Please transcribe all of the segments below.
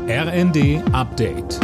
RND Update.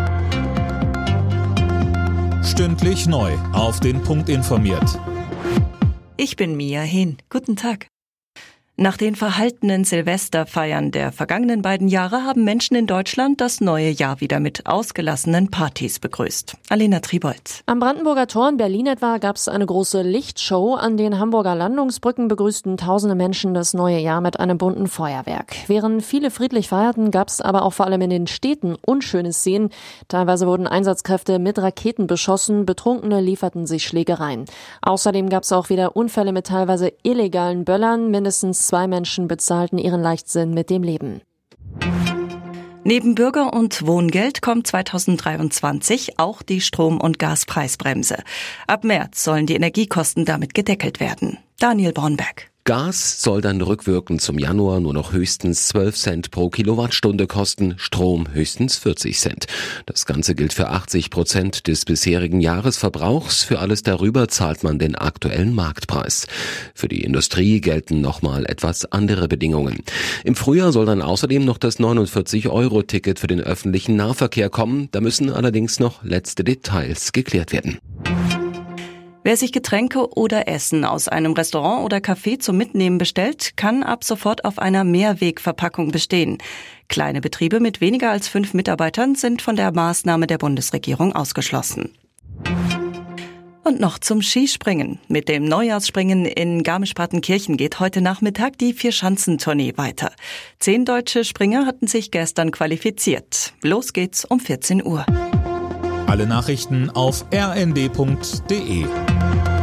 Stündlich neu auf den Punkt informiert. Ich bin Mia Hehn. Guten Tag. Nach den verhaltenen Silvesterfeiern der vergangenen beiden Jahre haben Menschen in Deutschland das neue Jahr wieder mit ausgelassenen Partys begrüßt. Alena Tribold. Am Brandenburger Tor in Berlin etwa gab es eine große Lichtshow. An den Hamburger Landungsbrücken begrüßten tausende Menschen das neue Jahr mit einem bunten Feuerwerk. Während viele friedlich feierten, gab es aber auch vor allem in den Städten unschöne Szenen. Teilweise wurden Einsatzkräfte mit Raketen beschossen, Betrunkene lieferten sich Schlägereien. Außerdem gab es auch wieder Unfälle mit teilweise illegalen Böllern. Mindestens 2 Menschen bezahlten ihren Leichtsinn mit dem Leben. Neben Bürger- und Wohngeld kommt 2023 auch die Strom- und Gaspreisbremse. Ab März sollen die Energiekosten damit gedeckelt werden. Daniel Bornberg. Gas soll dann rückwirkend zum Januar nur noch höchstens 12 Cent pro Kilowattstunde kosten, Strom höchstens 40 Cent. Das Ganze gilt für 80% des bisherigen Jahresverbrauchs. Für alles darüber zahlt man den aktuellen Marktpreis. Für die Industrie gelten nochmal etwas andere Bedingungen. Im Frühjahr soll dann außerdem noch das 49-Euro-Ticket für den öffentlichen Nahverkehr kommen. Da müssen allerdings noch letzte Details geklärt werden. Wer sich Getränke oder Essen aus einem Restaurant oder Café zum Mitnehmen bestellt, kann ab sofort auf einer Mehrwegverpackung bestehen. Kleine Betriebe mit weniger als 5 Mitarbeitern sind von der Maßnahme der Bundesregierung ausgeschlossen. Und noch zum Skispringen. Mit dem Neujahrsspringen in Garmisch-Partenkirchen geht heute Nachmittag die Vierschanzentournee weiter. 10 deutsche Springer hatten sich gestern qualifiziert. Los geht's um 14 Uhr. Alle Nachrichten auf rnd.de.